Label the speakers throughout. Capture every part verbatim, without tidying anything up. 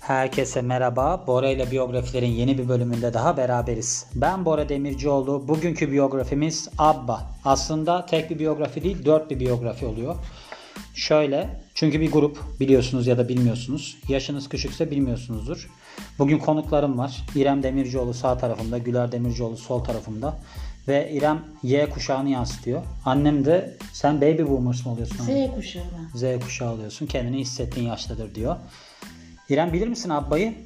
Speaker 1: Herkese merhaba. Bora ile biyografilerin yeni bir bölümünde daha beraberiz. Ben Bora Demircioğlu. Bugünkü biyografimiz ABBA. Aslında tek bir biyografi değil, dört bir biyografi oluyor. Şöyle, çünkü bir grup biliyorsunuz ya da bilmiyorsunuz. Yaşınız küçükse bilmiyorsunuzdur. Bugün konuklarım var. İrem Demircioğlu sağ tarafımda, Güler Demircioğlu sol tarafımda. Ve İrem Y kuşağını yansıtıyor. Annem de sen baby boomers mı oluyorsun?
Speaker 2: Z kuşağı.
Speaker 1: Z kuşağı oluyorsun. Kendini hissettiğin yaştadır diyor. İrem bilir misin Abba'yı?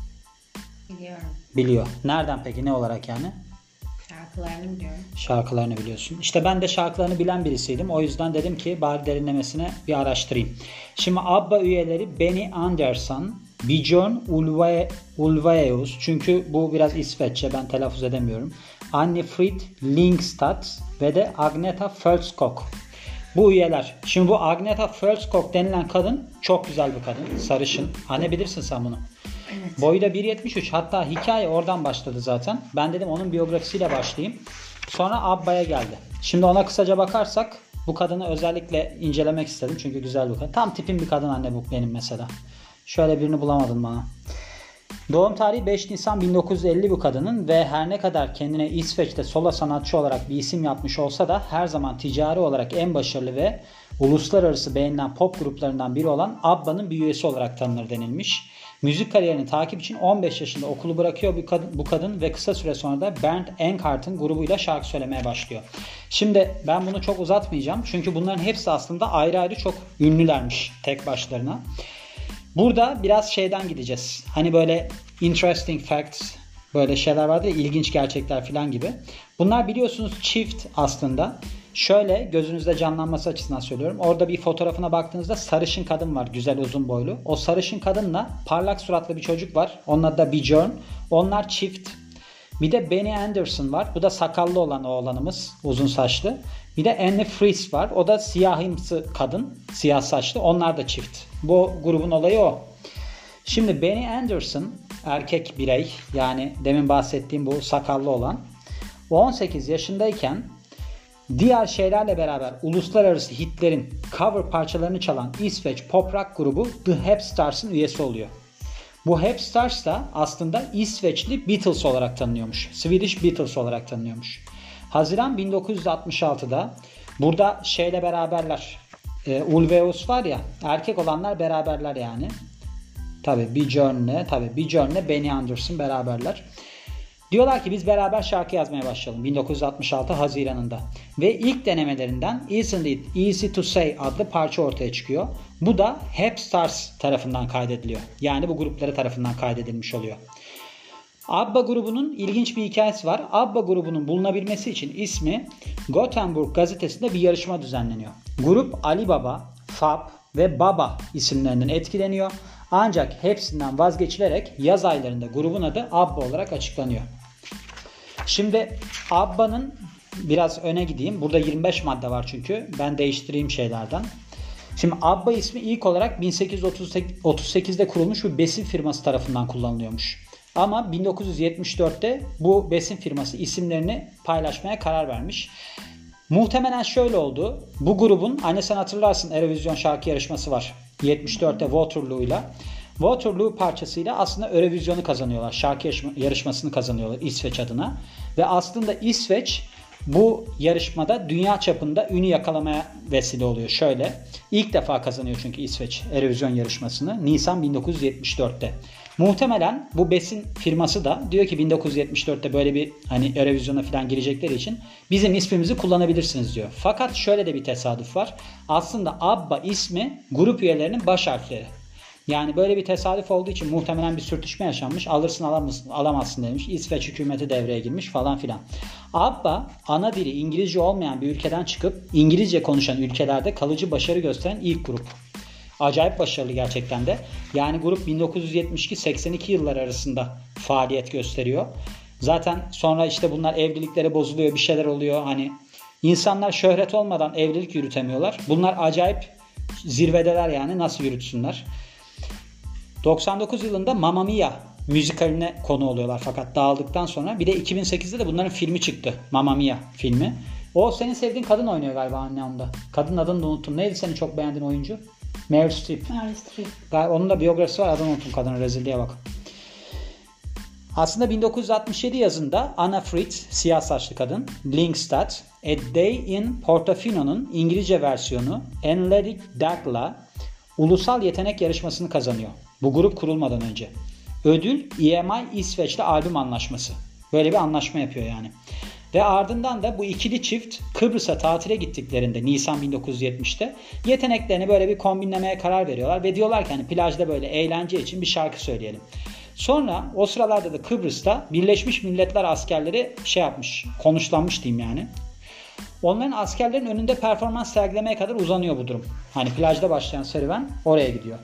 Speaker 2: Biliyorum.
Speaker 1: Biliyor. Nereden peki? Ne olarak yani?
Speaker 2: Şarkılarını biliyorum.
Speaker 1: Şarkılarını biliyorsun. İşte ben de şarkılarını bilen birisiydim. O yüzden dedim ki bari derinlemesine bir araştırayım. Şimdi Abba üyeleri Benny Andersson, Björn Ulvae, Ulvaeus. Çünkü bu biraz İsveççe. Ben telaffuz edemiyorum. Anne Frid Lyngstad ve de Agneta Fältskog. Bu üyeler. Şimdi bu Agneta Fältskog denilen kadın çok güzel bir kadın. Sarışın. Anne bilirsin sen bunu.
Speaker 2: Evet.
Speaker 1: Boyu da bir yetmiş üç. Hatta hikaye oradan başladı zaten. Ben dedim onun biyografisiyle başlayayım. Sonra Abba'ya geldi. Şimdi ona kısaca bakarsak bu kadını özellikle incelemek istedim. Çünkü güzel bir kadın. Tam tipim bir kadın anne bu benim mesela. Şöyle birini bulamadım bana. Doğum tarihi beş Nisan bin dokuz yüz elli bu kadının ve her ne kadar kendine İsveç'te solo sanatçı olarak bir isim yapmış olsa da her zaman ticari olarak en başarılı ve uluslararası beğenilen pop gruplarından biri olan ABBA'nın bir üyesi olarak tanınır denilmiş. Müzik kariyerini takip için on beş yaşında okulu bırakıyor bu kadın, bu kadın ve kısa süre sonra da Bernd Eckhart'ın grubuyla şarkı söylemeye başlıyor. Şimdi ben bunu çok uzatmayacağım çünkü bunların hepsi aslında ayrı ayrı çok ünlülermiş tek başlarına. Burada biraz şeyden gideceğiz. Hani böyle interesting facts, böyle şeyler vardı ya, ilginç gerçekler falan gibi. Bunlar biliyorsunuz çift aslında. Şöyle gözünüzde canlanması açısından söylüyorum. Orada bir fotoğrafına baktığınızda sarışın kadın var. Güzel uzun boylu. O sarışın kadınla parlak suratlı bir çocuk var. Onun adı da Björn. Onlar çift. Bir de Benny Andersson var. Bu da sakallı olan oğlanımız. Uzun saçlı. Bir de Anne Frid var. O da siyahımsı kadın. Siyah saçlı. Onlar da çift. Bu grubun olayı o. Şimdi Benny Andersson erkek birey. Yani demin bahsettiğim bu sakallı olan. on sekiz yaşındayken diğer şeylerle beraber uluslararası hitlerin cover parçalarını çalan İsveç pop rock grubu The Hepstars'ın üyesi oluyor. Bu Hepstars da aslında İsveçli Beatles olarak tanınıyormuş. Swedish Beatles olarak tanınıyormuş. Haziran bin dokuz yüz altmış altıda burada şeyle beraberler. E, Ulvaeus var ya, erkek olanlar beraberler yani. Tabii Björn'le, tabii Björn'le Benny Andersson beraberler. Diyorlar ki biz beraber şarkı yazmaya başlayalım bin dokuz yüz altmış altı Haziran'ında. Ve ilk denemelerinden Isn't It Easy to Say adlı parça ortaya çıkıyor. Bu da Hepstars tarafından kaydediliyor. Yani bu grupları tarafından kaydedilmiş oluyor. ABBA grubunun ilginç bir hikayesi var. ABBA grubunun bulunabilmesi için ismi Gothenburg gazetesinde bir yarışma düzenleniyor. Grup Ali Baba, Fab ve Baba isimlerinden etkileniyor. Ancak hepsinden vazgeçilerek yaz aylarında grubun adı ABBA olarak açıklanıyor. Şimdi ABBA'nın biraz öne gideyim. Burada yirmi beş madde var çünkü. Ben değiştireyim şeylerden. Şimdi ABBA ismi ilk olarak bin sekiz yüz otuz sekizde kurulmuş bir besin firması tarafından kullanılıyormuş. Ama bin dokuz yüz yetmiş dörtte bu besin firması isimlerini paylaşmaya karar vermiş. Muhtemelen şöyle oldu. Bu grubun, hani sen hatırlarsın Eurovision şarkı yarışması var. yetmiş dörtte Waterloo'yla. Waterloo parçasıyla aslında Eurovision'u kazanıyorlar. Şarkı yarışmasını kazanıyorlar İsveç adına. Ve aslında İsveç bu yarışmada dünya çapında ünü yakalamaya vesile oluyor. Şöyle, ilk defa kazanıyor çünkü İsveç Eurovision yarışmasını Nisan bin dokuz yüz yetmiş dörtte. Muhtemelen bu besin firması da diyor ki bin dokuz yüz yetmiş dörtte böyle bir hani Eurovision'a falan girecekleri için bizim ismimizi kullanabilirsiniz diyor. Fakat şöyle de bir tesadüf var. Aslında ABBA ismi grup üyelerinin baş harfleri. Yani böyle bir tesadüf olduğu için muhtemelen bir sürtüşme yaşanmış. Alırsın alamazsın, alamazsın demiş. İsveç hükümeti devreye girmiş falan filan. ABBA ana dili İngilizce olmayan bir ülkeden çıkıp İngilizce konuşan ülkelerde kalıcı başarı gösteren ilk grup. Acayip başarılı gerçekten de. Yani grup bin dokuz yüz yetmiş iki seksen iki yılları arasında faaliyet gösteriyor. Zaten sonra işte bunlar evlilikleri bozuluyor, bir şeyler oluyor. Hani insanlar şöhret olmadan evlilik yürütemiyorlar. Bunlar acayip zirvedeler yani, nasıl yürütsünler. doksan dokuz yılında Mamma Mia müzikaline konu oluyorlar fakat dağıldıktan sonra. Bir de iki bin sekizde de bunların filmi çıktı. Mamma Mia filmi. O senin sevdiğin kadın oynuyor galiba anne onda. Kadın adını da unuttum. Neydi senin çok beğendiğin oyuncu? Meryl Streep.
Speaker 2: Meryl Streep.
Speaker 1: Gal- Onun da biyografisi var. Adını unuttum, kadının rezilliğe bak. Aslında bin dokuz yüz altmış yedi yazında Anna Fritz, siyah saçlı kadın, Lyngstad, A Day in Portofino'nun İngilizce versiyonu Enlerik Dag'la ulusal yetenek yarışmasını kazanıyor. Bu grup kurulmadan önce. Ödül E M I İsveç'le albüm anlaşması. Böyle bir anlaşma yapıyor yani. Ve ardından da bu ikili çift Kıbrıs'a tatile gittiklerinde Nisan bin dokuz yüz yetmişte yeteneklerini böyle bir kombinlemeye karar veriyorlar ve diyorlar ki hani plajda böyle eğlence için bir şarkı söyleyelim. Sonra o sıralarda da Kıbrıs'ta Birleşmiş Milletler askerleri şey yapmış, konuşlanmış diyeyim yani. Onların askerlerin önünde performans sergilemeye kadar uzanıyor bu durum. Hani plajda başlayan serüven oraya gidiyor.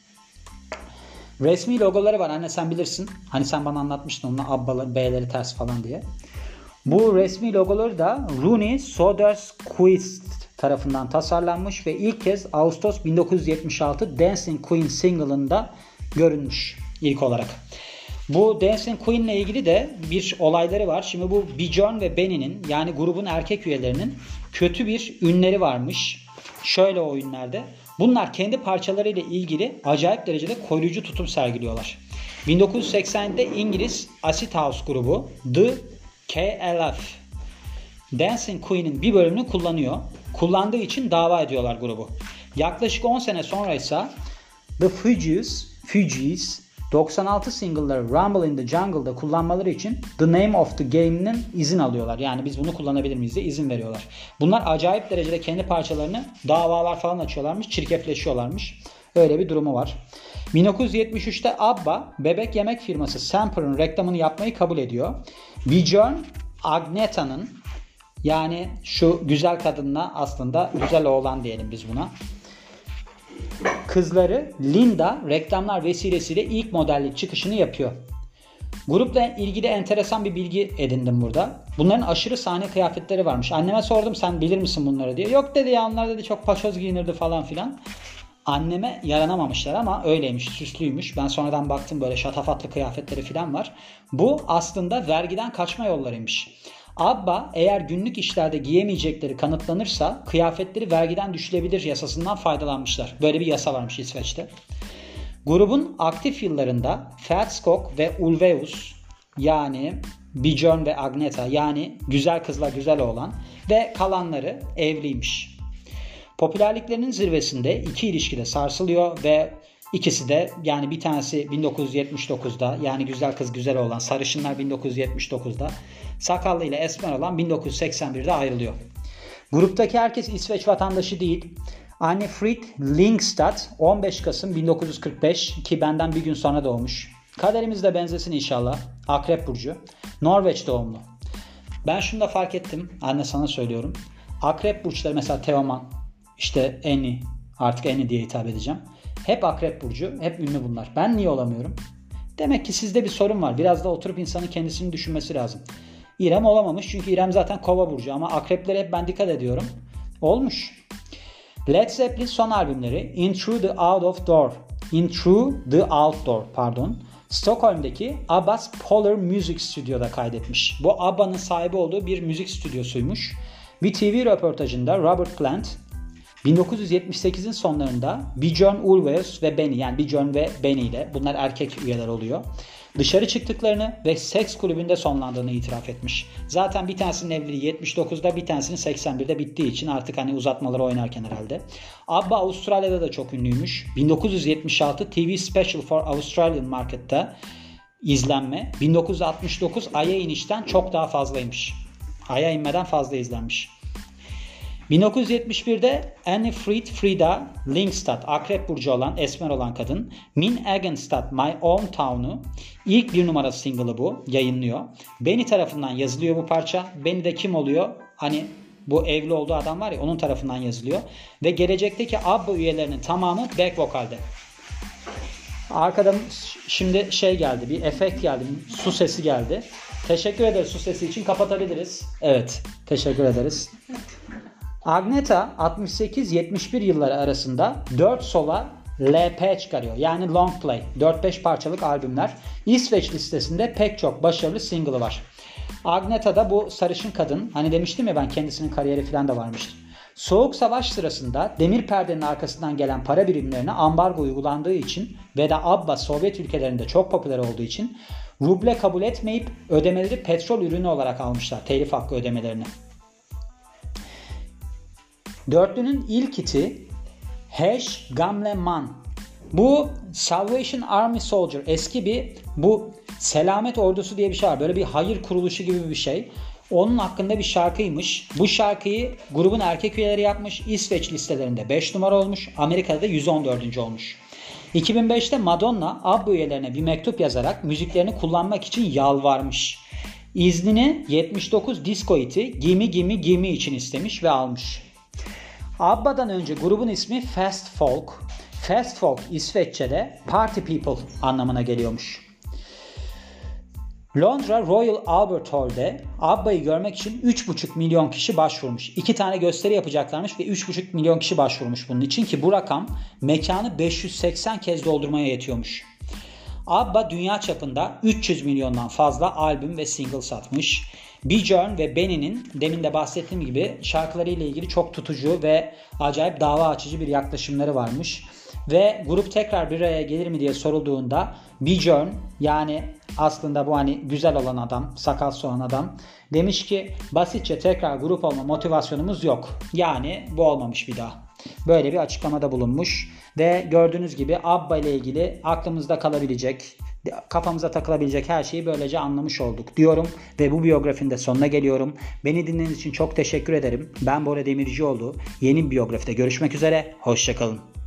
Speaker 1: Resmi logoları var. Anne sen bilirsin. Hani sen bana anlatmıştın onun Abba'ları, B'leri ters falan diye. Bu resmi logoları da Rune Soderquist tarafından tasarlanmış ve ilk kez Ağustos bin dokuz yüz yetmiş altı Dancing Queen single'ında görünmüş ilk olarak. Bu Dancing Queen ile ilgili de bir olayları var. Şimdi bu Björn ve Benny'nin yani grubun erkek üyelerinin kötü bir ünleri varmış. Şöyle o ünlerde. Bunlar kendi parçalarıyla ilgili acayip derecede koruyucu tutum sergiliyorlar. bin dokuz yüz seksende İngiliz Acid House grubu The K L F Dancing Queen'in bir bölümünü kullanıyor. Kullandığı için dava ediyorlar grubu. Yaklaşık on sene sonra ise The Fugees, Fugees doksan altı single'ları Rumble in the Jungle'da kullanmaları için The Name of the Game'nin izin alıyorlar. Yani biz bunu kullanabilir miyiz diye izin veriyorlar. Bunlar acayip derecede kendi parçalarını davalar falan açıyorlarmış, çirkefleşiyorlarmış. Öyle bir durumu var. bin dokuz yüz yetmiş üçte ABBA bebek yemek firması Semper'ın reklamını yapmayı kabul ediyor. Björn Agneta'nın yani şu güzel kadınla aslında güzel oğlan diyelim biz buna. Kızları Linda reklamlar vesilesiyle ilk modellik çıkışını yapıyor. Grupla ilgili enteresan bir bilgi edindim burada. Bunların aşırı sahne kıyafetleri varmış. Anneme sordum sen bilir misin bunları diye. Yok dedi ya onlar dedi çok paşoz giyinirdi falan filan. Anneme yaranamamışlar ama öyleymiş, süslüymüş. Ben sonradan baktım böyle şatafatlı kıyafetleri falan var. Bu aslında vergiden kaçma yollarıymış. ABBA eğer günlük işlerde giyemeyecekleri kanıtlanırsa kıyafetleri vergiden düşülebilir yasasından faydalanmışlar. Böyle bir yasa varmış İsveç'te. Grubun aktif yıllarında Fats-Kok ve Ulveus yani Björn ve Agneta yani güzel kızla güzel oğlan ve kalanları evliymiş. Popülerliklerinin zirvesinde iki ilişkide sarsılıyor ve ikisi de yani bir tanesi bin dokuz yüz yetmiş dokuzda yani güzel kız güzel oğlan sarışınlar bin dokuz yüz yetmiş dokuzda sakallı ile esmer olan bin dokuz yüz seksen birde ayrılıyor. Gruptaki herkes İsveç vatandaşı değil. Anne Frid Lyngstad on beş Kasım bin dokuz yüz kırk beş ki benden bir gün sonra doğmuş. Kaderimiz de benzesin inşallah. Akrep burcu. Norveç doğumlu. Ben şunu da fark ettim. Anne sana söylüyorum. Akrep burçları mesela Teoman, işte Eni, artık Eni diye hitap edeceğim. Hep akrep burcu, hep ünlü bunlar. Ben niye olamıyorum? Demek ki sizde bir sorun var. Biraz da oturup insanın kendisini düşünmesi lazım. İrem olamamış çünkü İrem zaten kova burcu ama akreplere hep ben dikkat ediyorum. Olmuş. Led Zeppelin son albümleri In Through the Out of Door, In Through the Outdoor pardon. Stockholm'daki Abba's Polar Music Studio'da kaydetmiş. Bu Abba'nın sahibi olduğu bir müzik stüdyosuymuş. Bir T V röportajında Robert Plant bin dokuz yüz yetmiş sekizin sonlarında Björn Ulvaeus ve Benny yani Björn ve Benny ile bunlar erkek üyeler oluyor. Dışarı çıktıklarını ve seks kulübünde sonlandığını itiraf etmiş. Zaten bir tanesinin evliliği yetmiş dokuzda bir tanesinin seksen birde bittiği için artık hani uzatmaları oynarken herhalde. ABBA Avustralya'da da çok ünlüymüş. bin dokuz yüz yetmiş altı T V Special for Australian Market'ta izlenme bin dokuz yüz altmış dokuz Ay'a inişten çok daha fazlaymış. Ay'a inmeden fazla izlenmiş. bin dokuz yüz yetmiş birde Anne Frid Frida Lyngstad akrep burcu olan esmer olan kadın Min Egenstad My Own Town'u ilk bir numara single'ı bu yayınlıyor. Benny tarafından yazılıyor bu parça. Benny de kim oluyor? Hani bu evli olduğu adam var ya onun tarafından yazılıyor. Ve gelecekteki ABBA üyelerinin tamamı back vokalde. Arkada şimdi şey geldi bir efekt geldi su sesi geldi. Teşekkür ederiz su sesi için kapatabiliriz. Evet teşekkür ederiz. Agneta altmış sekiz yetmiş bir yılları arasında dört sola L P çıkarıyor. Yani long play. dört beş parçalık albümler. İsveç listesinde pek çok başarılı single'ı var. Agneta da bu sarışın kadın. Hani demiştim ya ben kendisinin kariyeri falan da varmış. Soğuk Savaş sırasında demir perdenin arkasından gelen para birimlerine ambargo uygulandığı için ve de ABBA Sovyet ülkelerinde çok popüler olduğu için ruble kabul etmeyip ödemeleri petrol ürünü olarak almışlar. Telif hakkı ödemelerini. Dörtlünün ilk hiti Hesh Gamle Man. Bu Salvation Army Soldier, eski bir bu Selamet Ordusu diye bir şey var. Böyle bir hayır kuruluşu gibi bir şey. Onun hakkında bir şarkıymış. Bu şarkıyı grubun erkek üyeleri yapmış. İsveç listelerinde beş numara olmuş. Amerika'da da yüz on dördüncü olmuş. iki bin beşte Madonna ABBA üyelerine bir mektup yazarak müziklerini kullanmak için yalvarmış. İznini yetmiş dokuz disco hiti Gimme Gimme Gimme için istemiş ve almış. ABBA'dan önce grubun ismi Fast Folk. Fast Folk İsveççe'de Party People anlamına geliyormuş. Londra Royal Albert Hall'de ABBA'yı görmek için üç buçuk milyon kişi başvurmuş. İki tane gösteri yapacaklarmış ve üç buçuk milyon kişi başvurmuş bunun için ki bu rakam mekanı beş yüz seksen kez doldurmaya yetiyormuş. ABBA dünya çapında üç yüz milyondan fazla albüm ve single satmış. Björn ve Benny'nin demin de bahsettiğim gibi şarkılarıyla ilgili çok tutucu ve acayip dava açıcı bir yaklaşımları varmış. Ve grup tekrar bir araya gelir mi diye sorulduğunda Björn, yani aslında bu hani güzel olan adam, sakal olan adam demiş ki basitçe tekrar grup olma motivasyonumuz yok. Yani bu olmamış bir daha. Böyle bir açıklamada bulunmuş ve gördüğünüz gibi ABBA ile ilgili aklımızda kalabilecek, kafamıza takılabilecek her şeyi böylece anlamış olduk diyorum ve bu biyografinin de sonuna geliyorum. Beni dinlediğiniz için çok teşekkür ederim. Ben Bora Demircioğlu. Yeni bir biyografide görüşmek üzere. Hoşça kalın.